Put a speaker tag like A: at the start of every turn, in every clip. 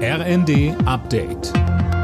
A: RND Update.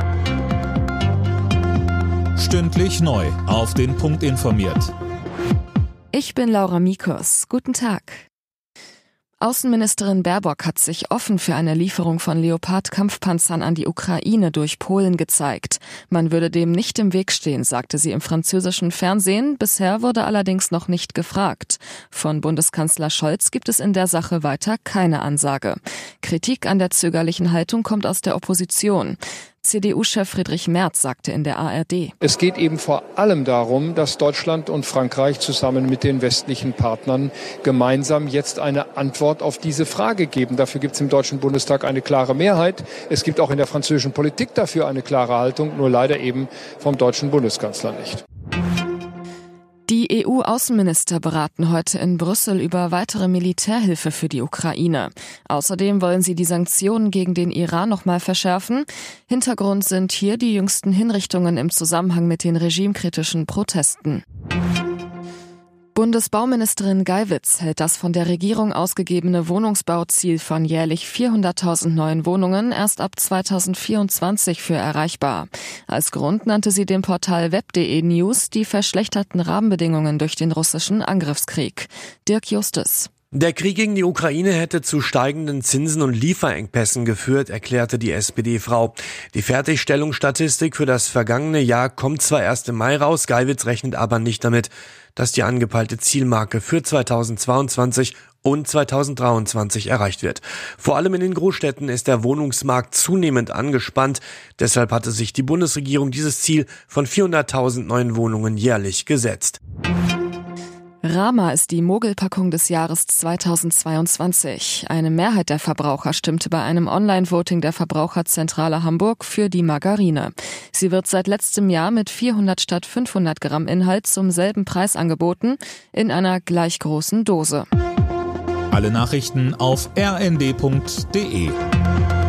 A: Stündlich neu auf den Punkt informiert.
B: Ich bin Laura Mikos. Guten Tag. Außenministerin Baerbock hat sich offen für eine Lieferung von Leopard-Kampfpanzern an die Ukraine durch Polen gezeigt. Man würde dem nicht im Weg stehen, sagte sie im französischen Fernsehen. Bisher wurde allerdings noch nicht gefragt. Von Bundeskanzler Scholz gibt es in der Sache weiter keine Ansage. Kritik an der zögerlichen Haltung kommt aus der Opposition. CDU-Chef Friedrich Merz sagte in der ARD:
C: Es geht eben vor allem darum, dass Deutschland und Frankreich zusammen mit den westlichen Partnern gemeinsam jetzt eine Antwort auf diese Frage geben. Dafür gibt es im Deutschen Bundestag eine klare Mehrheit. Es gibt auch in der französischen Politik dafür eine klare Haltung, nur leider eben vom deutschen Bundeskanzler nicht.
B: Die EU-Außenminister beraten heute in Brüssel über weitere Militärhilfe für die Ukraine. Außerdem wollen sie die Sanktionen gegen den Iran nochmal verschärfen. Hintergrund sind hier die jüngsten Hinrichtungen im Zusammenhang mit den regimekritischen Protesten. Bundesbauministerin Geiwitz hält das von der Regierung ausgegebene Wohnungsbauziel von jährlich 400.000 neuen Wohnungen erst ab 2024 für erreichbar. Als Grund nannte sie dem Portal web.de News die verschlechterten Rahmenbedingungen durch den russischen Angriffskrieg. Dirk Justus.
D: Der Krieg gegen die Ukraine hätte zu steigenden Zinsen und Lieferengpässen geführt, erklärte die SPD-Frau. Die Fertigstellungsstatistik für das vergangene Jahr kommt zwar erst im Mai raus, Geiwitz rechnet aber nicht damit, dass die angepeilte Zielmarke für 2022 und 2023 erreicht wird. Vor allem in den Großstädten ist der Wohnungsmarkt zunehmend angespannt. Deshalb hatte sich die Bundesregierung dieses Ziel von 400.000 neuen Wohnungen jährlich gesetzt.
B: Rama ist die Mogelpackung des Jahres 2022. Eine Mehrheit der Verbraucher stimmte bei einem Online-Voting der Verbraucherzentrale Hamburg für die Margarine. Sie wird seit letztem Jahr mit 400 statt 500 Gramm Inhalt zum selben Preis angeboten, in einer gleich großen Dose.
A: Alle Nachrichten auf rnd.de.